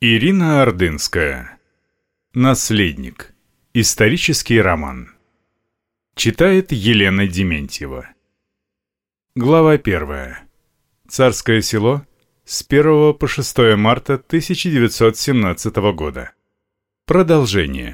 Ирина Ордынская. Наследник. Исторический роман. Читает Елена Дементьева. Глава 1. Царское село. С 1 по 6 марта 1917 года. Продолжение.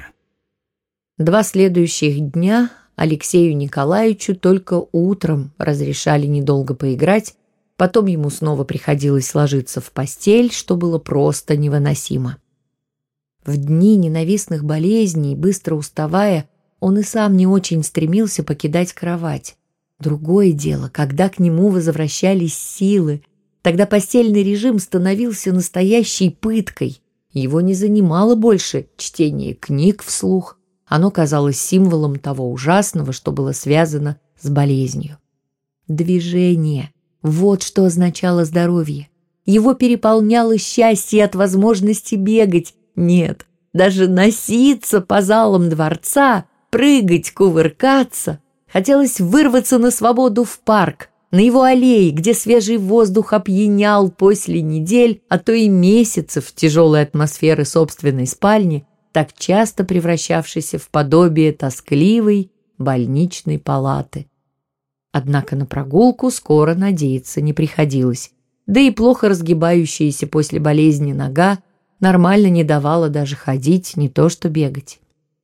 2 следующих дня Алексею Николаевичу только утром разрешали недолго поиграть, потом ему снова приходилось ложиться в постель, что было просто невыносимо. В дни ненавистных болезней, быстро уставая, он и сам не очень стремился покидать кровать. Другое дело, когда к нему возвращались силы, тогда постельный режим становился настоящей пыткой. Его не занимало больше чтение книг вслух, оно казалось символом того ужасного, что было связано с болезнью. Движение — вот что означало здоровье. Его переполняло счастье от возможности бегать. Нет, даже носиться по залам дворца, прыгать, кувыркаться. Хотелось вырваться на свободу в парк, на его аллее, где свежий воздух опьянял после недель, а то и месяцев тяжелой атмосферы собственной спальни, так часто превращавшейся в подобие тоскливой больничной палаты. Однако на прогулку скоро надеяться не приходилось, да и плохо разгибающаяся после болезни нога нормально не давала даже ходить, не то что бегать.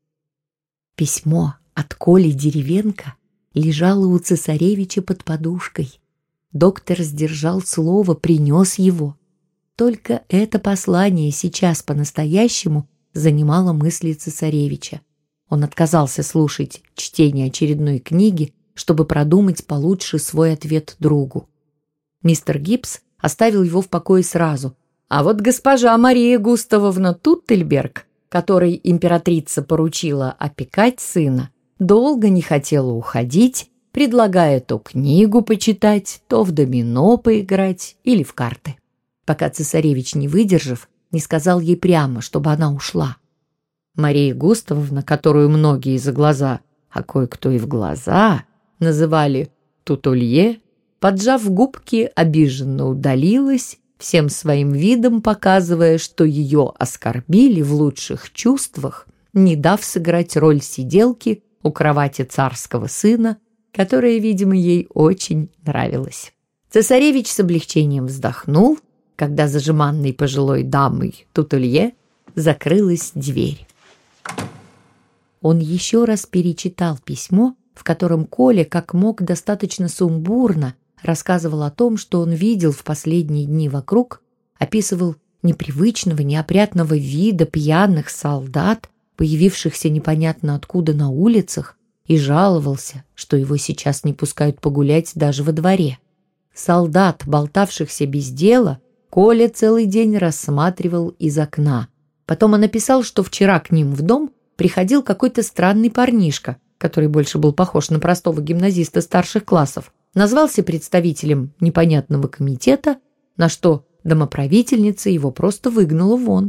Письмо от Коли Деревенко лежало у цесаревича под подушкой. Доктор сдержал слово, принес его. Только это послание сейчас по-настоящему занимало мысли цесаревича. Он отказался слушать чтение очередной книги, чтобы продумать получше свой ответ другу. Мистер Гибс оставил его в покое сразу, а вот госпожа Мария Густавовна Туттельберг, которой императрица поручила опекать сына, долго не хотела уходить, предлагая то книгу почитать, то в домино поиграть или в карты, пока цесаревич, не выдержав, не сказал ей прямо, чтобы она ушла. Мария Густавовна, которую многие за глаза, а кое-кто и в глаза, называли Тутулье, поджав губки, обиженно удалилась, всем своим видом показывая, что ее оскорбили в лучших чувствах, не дав сыграть роль сиделки у кровати царского сына, которая, видимо, ей очень нравилась. Цесаревич с облегчением вздохнул, когда за жеманной пожилой дамой Тутулье закрылась дверь. Он еще раз перечитал письмо, в котором Коля, как мог, достаточно сумбурно рассказывал о том, что он видел в последние дни вокруг, описывал непривычного, неопрятного вида пьяных солдат, появившихся непонятно откуда на улицах, и жаловался, что его сейчас не пускают погулять даже во дворе. Солдат, болтавшихся без дела, Коля целый день рассматривал из окна. Потом он написал, что вчера к ним в дом приходил какой-то странный парнишка, который больше был похож на простого гимназиста старших классов, назвался представителем непонятного комитета, на что домоправительница его просто выгнала вон.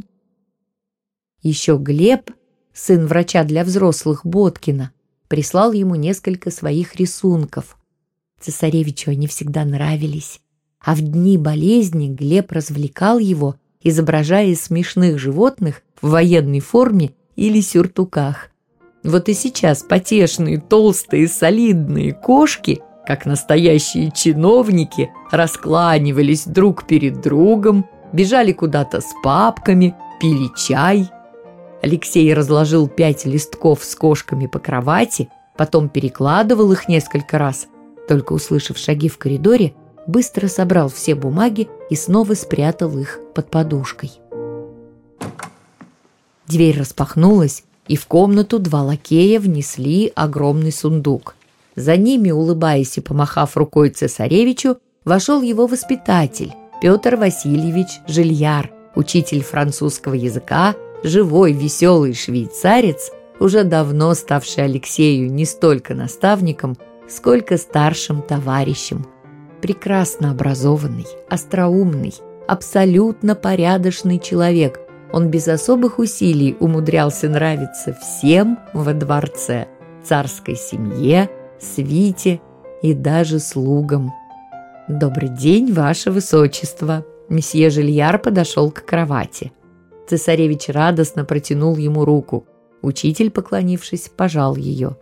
Еще Глеб, сын врача для взрослых Боткина, прислал ему несколько своих рисунков. Цесаревичу они всегда нравились, а в дни болезни Глеб развлекал его, изображая смешных животных в военной форме или сюртуках. Вот и сейчас потешные, толстые, солидные кошки, как настоящие чиновники, раскланивались друг перед другом, бежали куда-то с папками, пили чай. Алексей разложил 5 листков с кошками по кровати, потом перекладывал их несколько раз, только услышав шаги в коридоре, быстро собрал все бумаги и снова спрятал их под подушкой. Дверь распахнулась, и в комнату 2 лакея внесли огромный сундук. За ними, улыбаясь и помахав рукой цесаревичу, вошел его воспитатель Петр Васильевич Жильяр, учитель французского языка, живой, веселый швейцарец, уже давно ставший Алексею не столько наставником, сколько старшим товарищем. Прекрасно образованный, остроумный, абсолютно порядочный человек, он без особых усилий умудрялся нравиться всем во дворце, царской семье, свите и даже слугам. «Добрый день, ваше высочество!» Месье Жильяр подошел к кровати. Цесаревич радостно протянул ему руку. Учитель, поклонившись, пожал ее.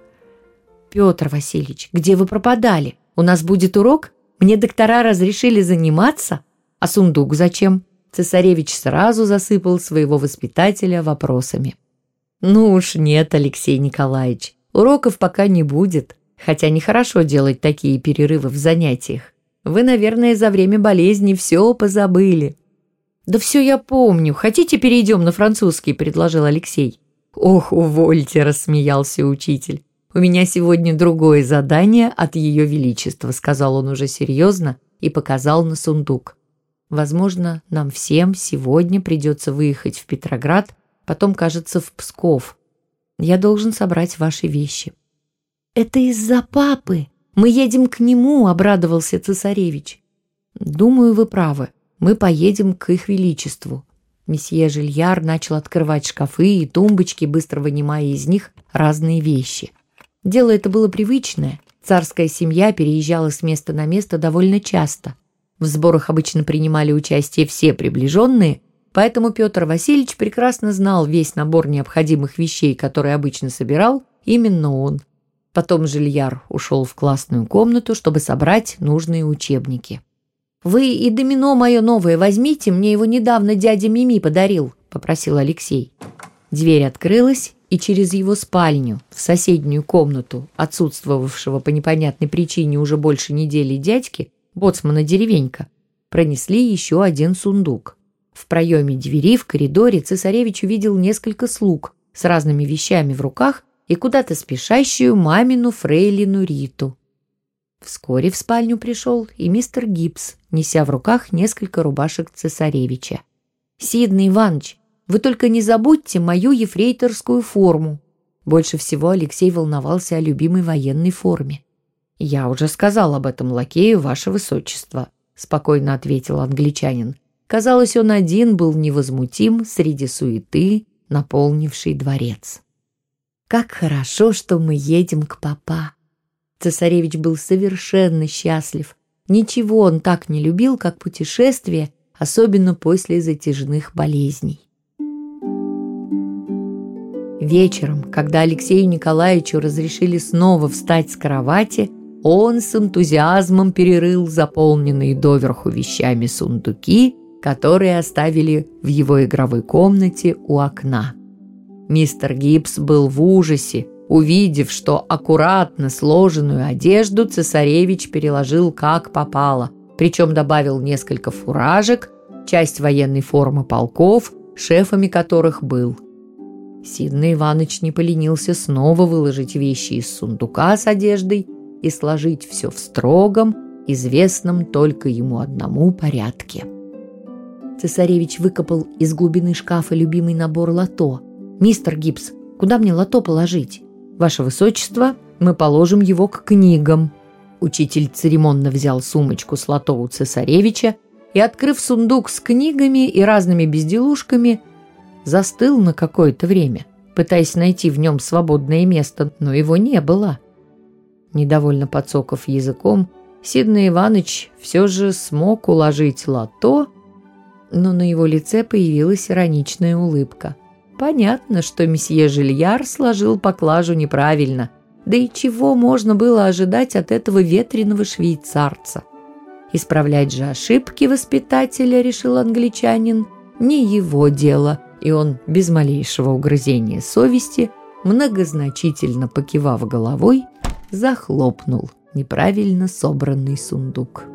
«Петр Васильевич, где вы пропадали? У нас будет урок? Мне доктора разрешили заниматься? А сундук зачем?» Цесаревич сразу засыпал своего воспитателя вопросами. «Ну уж нет, Алексей Николаевич, уроков пока не будет, хотя нехорошо делать такие перерывы в занятиях. Вы, наверное, за время болезни все позабыли». «Да все я помню. Хотите, перейдем на французский?» – предложил Алексей. «Ох, увольте!» – рассмеялся учитель. «У меня сегодня другое задание от Ее Величества», – сказал он уже серьезно и показал на сундук. «Возможно, нам всем сегодня придется выехать в Петроград, потом, кажется, в Псков. Я должен собрать ваши вещи». «Это из-за папы. Мы едем к нему», – обрадовался цесаревич. «Думаю, вы правы. Мы поедем к их величеству». Месье Жильяр начал открывать шкафы и тумбочки, быстро вынимая из них разные вещи. Дело это было привычное. Царская семья переезжала с места на место довольно часто. В сборах обычно принимали участие все приближенные, поэтому Петр Васильевич прекрасно знал весь набор необходимых вещей, которые обычно собирал именно он. Потом Жильяр ушел в классную комнату, чтобы собрать нужные учебники. «Вы и домино мое новое возьмите, мне его недавно дядя Мими подарил», – попросил Алексей. Дверь открылась, и через его спальню, в соседнюю комнату отсутствовавшего по непонятной причине уже больше недели дядьки, боцмана Деревенька, пронесли еще один сундук. В проеме двери в коридоре цесаревич увидел несколько слуг с разными вещами в руках и куда-то спешащую мамину фрейлину Риту. Вскоре в спальню пришел и мистер Гипс, неся в руках несколько рубашек цесаревича. «Сидный Иванович, вы только не забудьте мою ефрейторскую форму». Больше всего Алексей волновался о любимой военной форме. «Я уже сказал об этом лакею, ваше высочество», – спокойно ответил англичанин. Казалось, он один был невозмутим среди суеты, наполнившей дворец. «Как хорошо, что мы едем к папа». Цесаревич был совершенно счастлив. Ничего он так не любил, как путешествия, особенно после затяжных болезней. Вечером, когда Алексею Николаевичу разрешили снова встать с кровати, он с энтузиазмом перерыл заполненные доверху вещами сундуки, которые оставили в его игровой комнате у окна. Мистер Гипс был в ужасе, увидев, что аккуратно сложенную одежду цесаревич переложил как попало, причем добавил несколько фуражек, часть военной формы полков, шефами которых был. Сидный Иваныч не поленился снова выложить вещи из сундука с одеждой и сложить все в строгом, известном только ему одному порядке. Цесаревич выкопал из глубины шкафа любимый набор лото. «Мистер Гипс, куда мне лото положить?» «Ваше высочество, мы положим его к книгам». Учитель церемонно взял сумочку с лото у цесаревича и, открыв сундук с книгами и разными безделушками, застыл на какое-то время, пытаясь найти в нем свободное место, но его не было. Недовольно подсокав языком, Сидный Иваныч все же смог уложить лото, но на его лице появилась ироничная улыбка. Понятно, что месье Жильяр сложил поклажу неправильно, да и чего можно было ожидать от этого ветреного швейцарца. Исправлять же ошибки воспитателя, решил англичанин, не его дело, и он без малейшего угрызения совести, многозначительно покивав головой, захлопнул неправильно собранный сундук.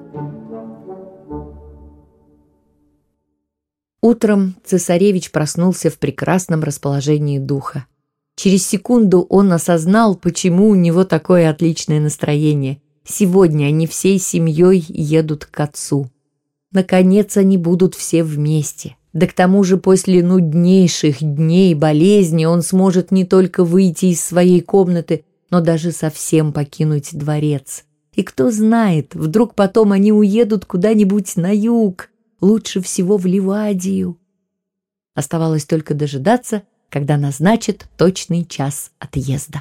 Утром цесаревич проснулся в прекрасном расположении духа. Через секунду он осознал, почему у него такое отличное настроение. Сегодня они всей семьей едут к отцу. Наконец они будут все вместе. Да к тому же после нуднейших дней болезни он сможет не только выйти из своей комнаты, но даже совсем покинуть дворец. И кто знает, вдруг потом они уедут куда-нибудь на юг, лучше всего в Ливадию. Оставалось только дожидаться, когда назначат точный час отъезда.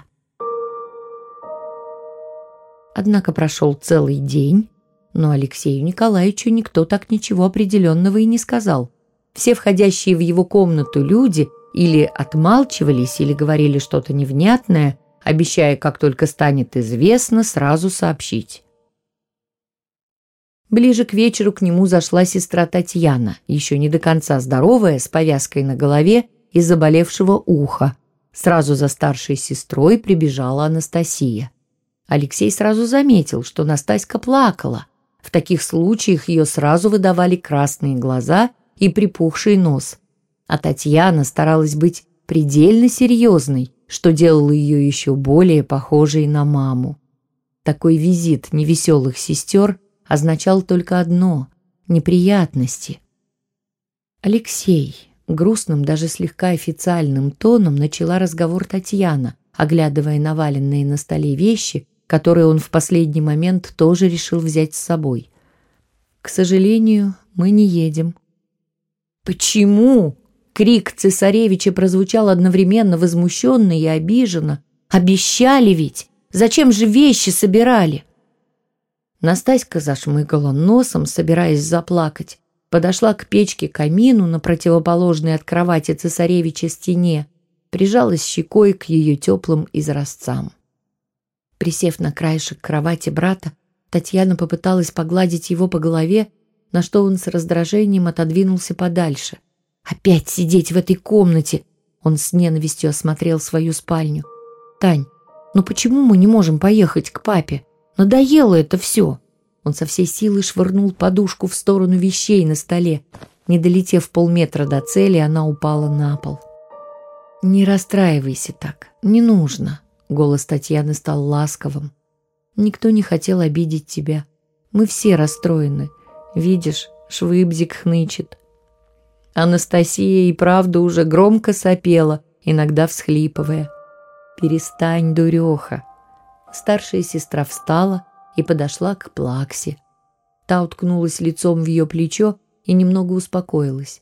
Однако прошел целый день, но Алексею Николаевичу никто так ничего определенного и не сказал. Все входящие в его комнату люди или отмалчивались, или говорили что-то невнятное, обещая, как только станет известно, сразу сообщить. Ближе к вечеру к нему зашла сестра Татьяна, еще не до конца здоровая, с повязкой на голове и заболевшего уха. Сразу за старшей сестрой прибежала Анастасия. Алексей сразу заметил, что Настаська плакала. В таких случаях ее сразу выдавали красные глаза и припухший нос. А Татьяна старалась быть предельно серьезной, что делало ее еще более похожей на маму. Такой визит невеселых сестер означал только одно – неприятности. «Алексей», – грустным, даже слегка официальным тоном начала разговор Татьяна, оглядывая наваленные на столе вещи, которые он в последний момент тоже решил взять с собой. «К сожалению, мы не едем». «Почему?» — крик цесаревича прозвучал одновременно возмущенно и обиженно. «Обещали ведь! Зачем же вещи собирали?» Настаська зашмыгала носом, собираясь заплакать, подошла к печке-камину на противоположной от кровати цесаревича стене, прижалась щекой к ее теплым изразцам. Присев на краешек кровати брата, Татьяна попыталась погладить его по голове, на что он с раздражением отодвинулся подальше. «Опять сидеть в этой комнате!» Он с ненавистью осмотрел свою спальню. «Тань, ну почему мы не можем поехать к папе? Надоело это все!» Он со всей силы швырнул подушку в сторону вещей на столе. Не долетев полметра до цели, она упала на пол. «Не расстраивайся так, не нужно!» Голос Татьяны стал ласковым. «Никто не хотел обидеть тебя. Мы все расстроены. Видишь, Швыбзик хнычет». Анастасия и правда уже громко сопела, иногда всхлипывая. «Перестань, дуреха». Старшая сестра встала и подошла к Плаксе. Та уткнулась лицом в ее плечо и немного успокоилась.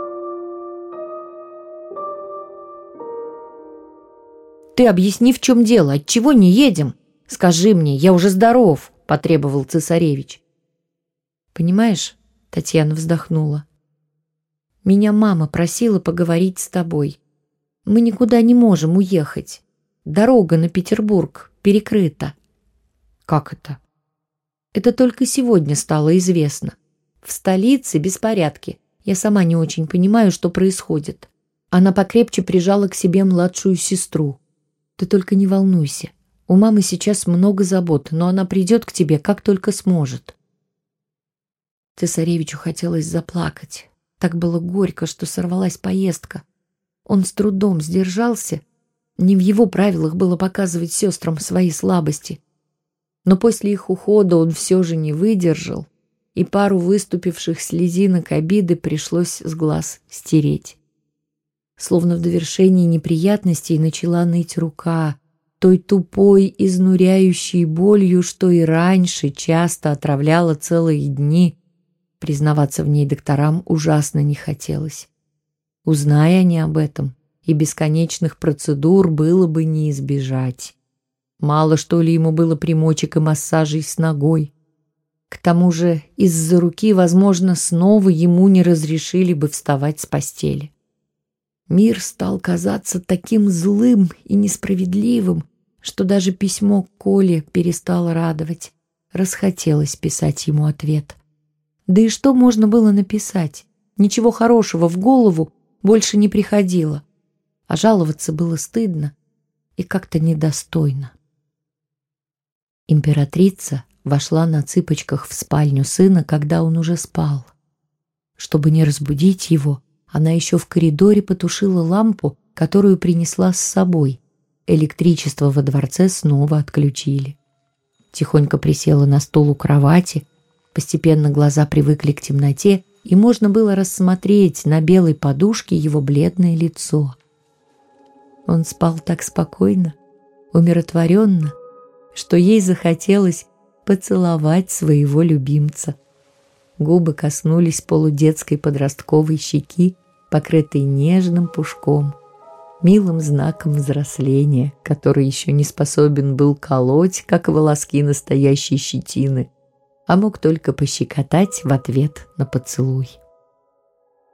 «Ты объясни, в чем дело, отчего не едем? Скажи мне, я уже здоров», — потребовал цесаревич. «Понимаешь», — Татьяна вздохнула, — «меня мама просила поговорить с тобой. Мы никуда не можем уехать. Дорога на Петербург перекрыта». «Как это?» «Это только сегодня стало известно. В столице беспорядки. Я сама не очень понимаю, что происходит». Она покрепче прижала к себе младшую сестру. «Ты только не волнуйся. У мамы сейчас много забот, но она придет к тебе, как только сможет». Цесаревичу хотелось заплакать. Так было горько, что сорвалась поездка. Он с трудом сдержался. Не в его правилах было показывать сестрам свои слабости. Но после их ухода он все же не выдержал, и пару выступивших слезинок обиды пришлось с глаз стереть. Словно в довершении неприятностей начала ныть рука, той тупой, изнуряющей болью, что и раньше часто отравляла целые дни. Признаваться в ней докторам ужасно не хотелось. Узная они об этом, и бесконечных процедур было бы не избежать. Мало что ли ему было примочек и массажей с ногой. К тому же из-за руки, возможно, снова ему не разрешили бы вставать с постели. Мир стал казаться таким злым и несправедливым, что даже письмо Коле перестало радовать. Расхотелось писать ему ответ. Да и что можно было написать? Ничего хорошего в голову больше не приходило. А жаловаться было стыдно и как-то недостойно. Императрица вошла на цыпочках в спальню сына, когда он уже спал. Чтобы не разбудить его, она еще в коридоре потушила лампу, которую принесла с собой. Электричество во дворце снова отключили. Тихонько присела на стул у кровати. Постепенно глаза привыкли к темноте, и можно было рассмотреть на белой подушке его бледное лицо. Он спал так спокойно, умиротворенно, что ей захотелось поцеловать своего любимца. Губы коснулись полудетской подростковой щеки, покрытой нежным пушком, милым знаком взросления, который еще не способен был колоть, как волоски настоящей щетины, а мог только пощекотать в ответ на поцелуй.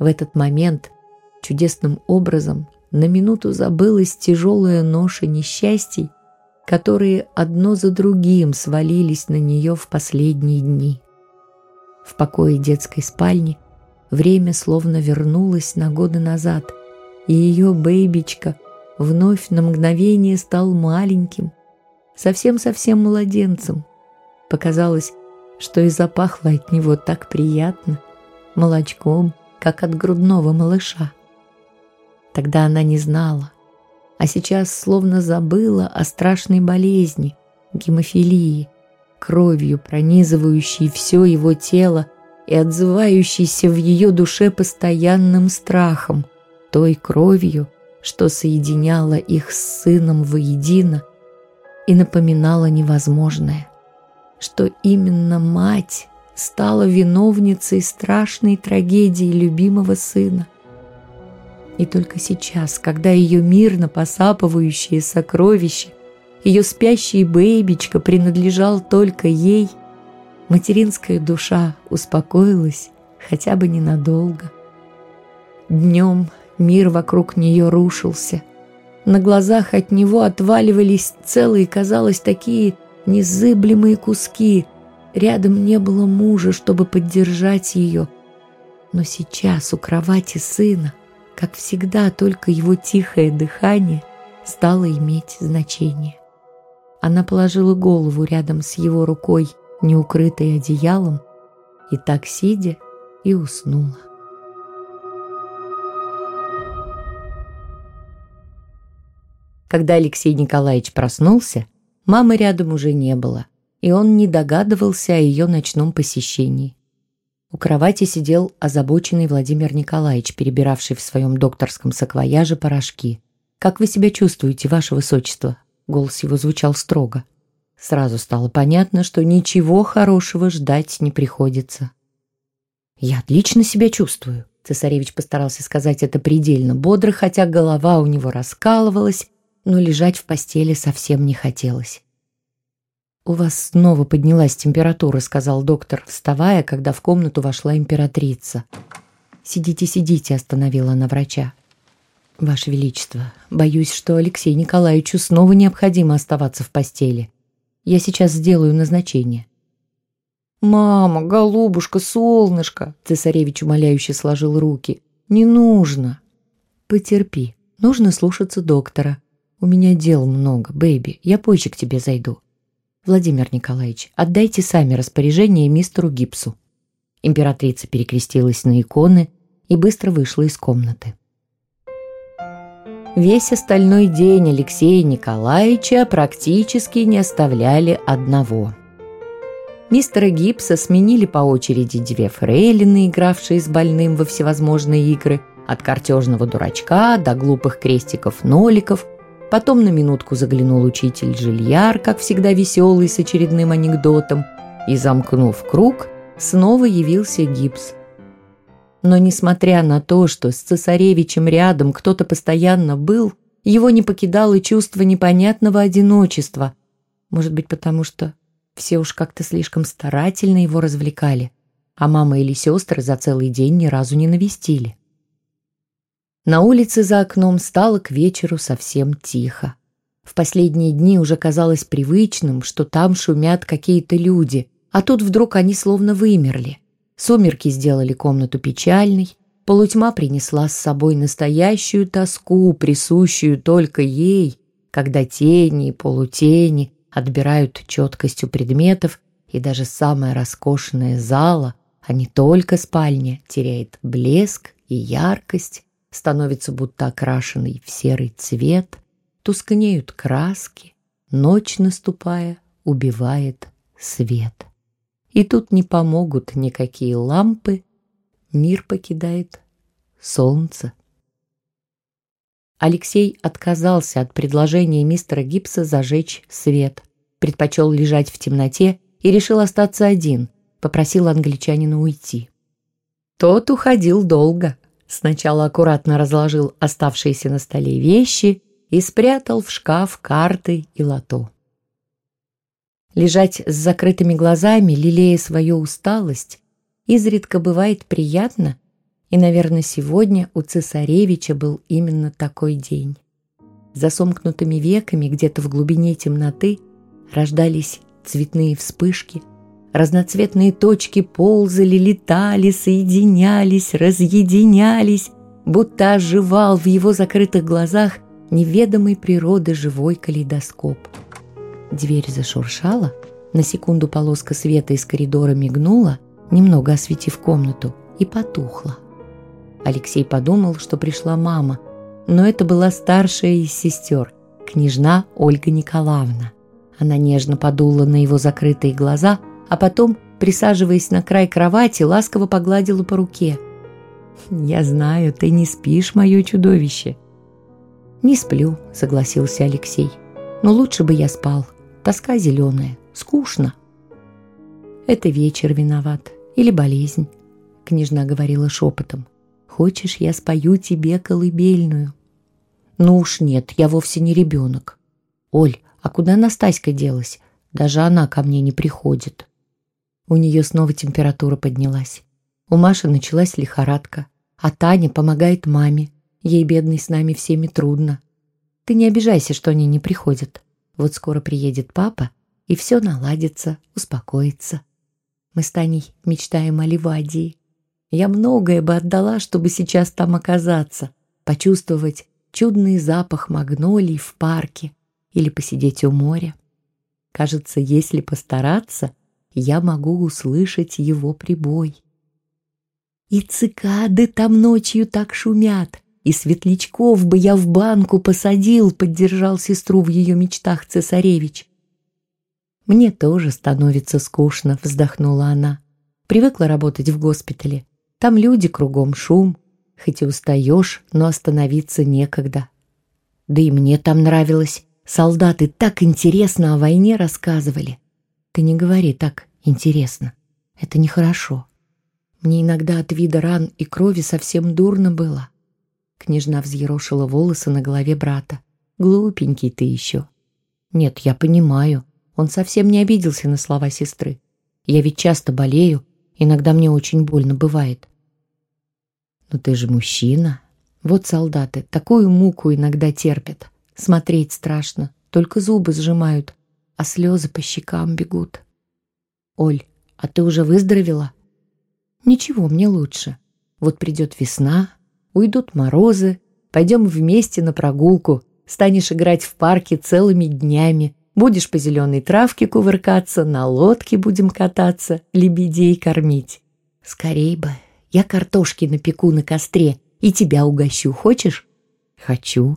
В этот момент чудесным образом на минуту забылась тяжелая ноша несчастий, которые одно за другим свалились на нее в последние дни. В покое детской спальни время словно вернулось на годы назад, и ее бэйбичка вновь на мгновение стал маленьким, совсем-совсем младенцем. Показалось, что и запахло от него так приятно, молочком, как от грудного малыша. Тогда она не знала, а сейчас словно забыла о страшной болезни, гемофилии, кровью пронизывающей все его тело и отзывающейся в ее душе постоянным страхом, той кровью, что соединяла их с сыном воедино и напоминала невозможное, что именно мать стала виновницей страшной трагедии любимого сына. И только сейчас, когда ее мирно посапывающее сокровище, ее спящий бэйбичка принадлежал только ей, материнская душа успокоилась хотя бы ненадолго. Днем мир вокруг нее рушился. На глазах от него отваливались целые, казалось, такие незыблемые куски. Рядом не было мужа, чтобы поддержать ее. Но сейчас у кровати сына, как всегда, только его тихое дыхание стало иметь значение. Она положила голову рядом с его рукой, не укрытой одеялом, и так сидя и уснула. Когда Алексей Николаевич проснулся, мамы рядом уже не было, и он не догадывался о ее ночном посещении. У кровати сидел озабоченный Владимир Николаевич, перебиравший в своем докторском саквояже порошки. «Как вы себя чувствуете, ваше высочество?» Голос его звучал строго. Сразу стало понятно, что ничего хорошего ждать не приходится. «Я отлично себя чувствую», — цесаревич постарался сказать это предельно бодро, хотя голова у него раскалывалась, но лежать в постели совсем не хотелось. «У вас снова поднялась температура», — сказал доктор, вставая, когда в комнату вошла императрица. «Сидите, сидите», — остановила она врача. «Ваше Величество, боюсь, что Алексею Николаевичу снова необходимо оставаться в постели. Я сейчас сделаю назначение». «Мама, голубушка, солнышко», — цесаревич умоляюще сложил руки. «Не нужно». «Потерпи, нужно слушаться доктора. У меня дел много, бэйби, я позже к тебе зайду. Владимир Николаевич, отдайте сами распоряжение мистеру Гипсу». Императрица перекрестилась на иконы и быстро вышла из комнаты. Весь остальной день Алексея Николаевича практически не оставляли одного. Мистера Гипса сменили по очереди две фрейлины, игравшие с больным во всевозможные игры, от картежного дурачка до глупых крестиков-ноликов. Потом на минутку заглянул учитель Жильяр, как всегда веселый, с очередным анекдотом, и, замкнув круг, снова явился Гипс. Но, несмотря на то, что с цесаревичем рядом кто-то постоянно был, его не покидало чувство непонятного одиночества. Может быть, потому что все уж как-то слишком старательно его развлекали, а мама или сестры за целый день ни разу не навестили. На улице за окном стало к вечеру совсем тихо. В последние дни уже казалось привычным, что там шумят какие-то люди, а тут вдруг они словно вымерли. Сумерки сделали комнату печальной, полутьма принесла с собой настоящую тоску, присущую только ей, когда тени и полутени отбирают четкость у предметов, и даже самая роскошная зала, а не только спальня, теряет блеск и яркость, становится будто окрашенной в серый цвет, тускнеют краски, ночь, наступая, убивает свет. И тут не помогут никакие лампы, мир покидает солнце. Алексей отказался от предложения мистера Гипса зажечь свет, предпочел лежать в темноте и решил остаться один, попросил англичанина уйти. Тот уходил долго. Сначала аккуратно разложил оставшиеся на столе вещи и спрятал в шкаф карты и лото. Лежать с закрытыми глазами, лелея свою усталость, изредка бывает приятно, И, наверное, сегодня у цесаревича был именно такой день. За сомкнутыми веками, где-то в глубине темноты, рождались цветные вспышки, разноцветные точки ползали, летали, соединялись, разъединялись, будто оживал в его закрытых глазах неведомой природы живой калейдоскоп. Дверь зашуршала, на секунду полоска света из коридора мигнула, немного осветив комнату, и потухла. Алексей подумал, что пришла мама, но это была старшая из сестер, княжна Ольга Николаевна. Она нежно подула на его закрытые глаза, а потом, присаживаясь на край кровати, ласково погладила по руке. «Я знаю, ты не спишь, мое чудовище». «Не сплю», — согласился Алексей. «Но лучше бы я спал. Тоска зеленая, скучно». «Это вечер виноват или болезнь», — княжна говорила шепотом. «Хочешь, я спою тебе колыбельную?» «Ну уж нет, я вовсе не ребенок». «Оль, а куда Настаська делась? Даже она ко мне не приходит». У нее снова температура поднялась. У Маши началась лихорадка, а Таня помогает маме. Ей, бедной, с нами всеми трудно. Ты не обижайся, что они не приходят. Вот скоро приедет папа, и все наладится, успокоится. Мы с Таней мечтаем о Ливадии. Я многое бы отдала, чтобы сейчас там оказаться, почувствовать чудный запах магнолий в парке или посидеть у моря. Кажется, если постараться, я могу услышать его прибой. И цикады там ночью так шумят, и светлячков бы я в банку посадил, поддержал сестру в ее мечтах цесаревич. Мне тоже становится скучно, вздохнула она. Привыкла работать в госпитале. Там люди кругом, шум. Хоть и устаешь, но остановиться некогда. Да и мне там нравилось. Солдаты так интересно о войне рассказывали. Ты не говори так интересно. Это нехорошо. Мне иногда от вида ран и крови совсем дурно было. Княжна взъерошила волосы на голове брата. Глупенький ты еще. Нет, я понимаю. Он совсем не обиделся на слова сестры. Я ведь часто болею. Иногда мне очень больно бывает. Но ты же мужчина. Вот солдаты такую муку иногда терпят. Смотреть страшно. Только зубы сжимают, а слезы по щекам бегут. Оль, а ты уже выздоровела? Ничего, мне лучше. Вот придет весна, уйдут морозы, пойдем вместе на прогулку, станешь играть в парке целыми днями, будешь по зеленой травке кувыркаться, на лодке будем кататься, лебедей кормить. Скорей бы, я картошки напеку на костре и тебя угощу, хочешь? Хочу.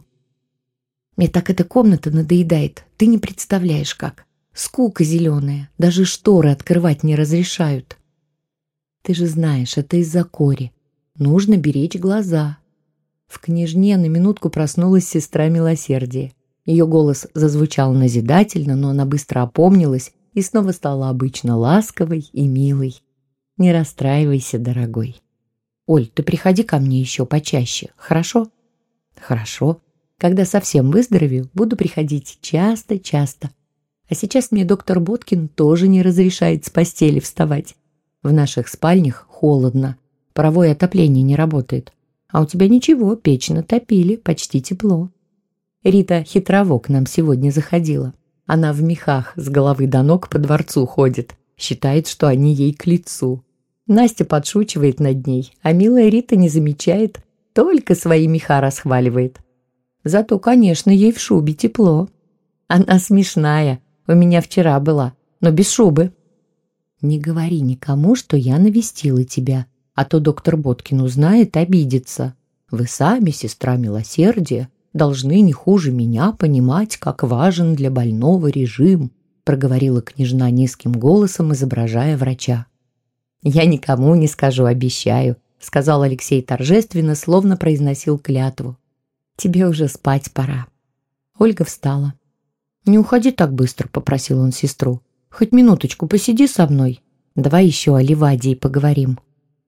Мне так эта комната надоедает, ты не представляешь как. Скука зеленая, даже шторы открывать не разрешают. Ты же знаешь, это из-за кори. Нужно беречь глаза. В княжне на минутку проснулась сестра милосердия. Ее голос зазвучал назидательно, но она быстро опомнилась и снова стала обычно ласковой и милой. Не расстраивайся, дорогой. Оль, ты приходи ко мне еще почаще, хорошо? Хорошо. Когда совсем выздоровею, буду приходить часто-часто. А сейчас мне доктор Боткин тоже не разрешает с постели вставать. В наших спальнях холодно, паровое отопление не работает. А у тебя ничего, печь натопили, почти тепло. Рита хитрово к нам сегодня заходила. Она в мехах с головы до ног по дворцу ходит, считает, что они ей к лицу. Настя подшучивает над ней, а милая Рита не замечает, только свои меха расхваливает. Зато, конечно, ей в шубе тепло. Она смешная, у меня вчера была, но без шубы. Не говори никому, что я навестила тебя, а то доктор Боткин узнает, обидится. Вы сами, сестра милосердия, должны не хуже меня понимать, как важен для больного режим, проговорила княжна низким голосом, изображая врача. Я никому не скажу, обещаю, сказал Алексей торжественно, словно произносил клятву. Тебе уже спать пора. Ольга встала. Не уходи так быстро, попросил он сестру. Хоть минуточку посиди со мной. Давай еще о Ливадии поговорим.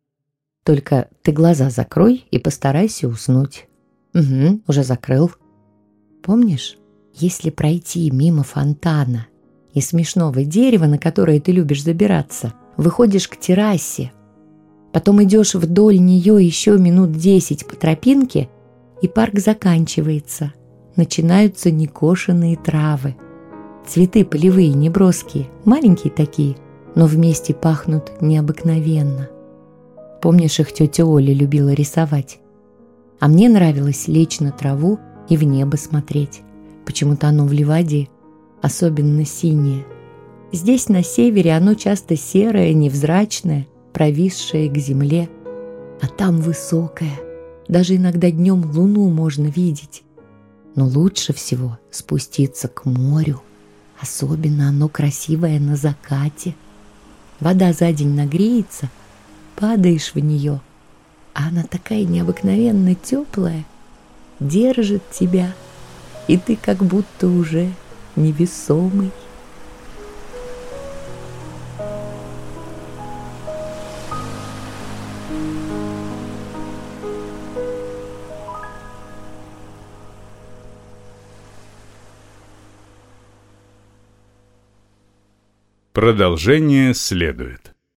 Только ты глаза закрой и постарайся уснуть. Угу, уже закрыл. Помнишь, если пройти мимо фонтана и смешного дерева, на которое ты любишь забираться, выходишь к террасе, Потом идешь вдоль нее еще минут 10 по тропинке, и парк заканчивается. Начинаются некошенные травы. Цветы полевые, неброские, маленькие такие, но вместе пахнут необыкновенно. Помнишь, их тетя Оля любила рисовать? А мне нравилось лечь на траву и в небо смотреть. Почему-то оно в Ливадии особенно синее. Здесь, на севере, оно часто серое, невзрачное, провисшее к земле. А там высокое. Даже иногда днем луну можно видеть. Но лучше всего спуститься к морю. Особенно оно красивое на закате. Вода за день нагреется, падаешь в нее, а она такая необыкновенно теплая, держит тебя, и ты как будто уже невесомый. Продолжение следует.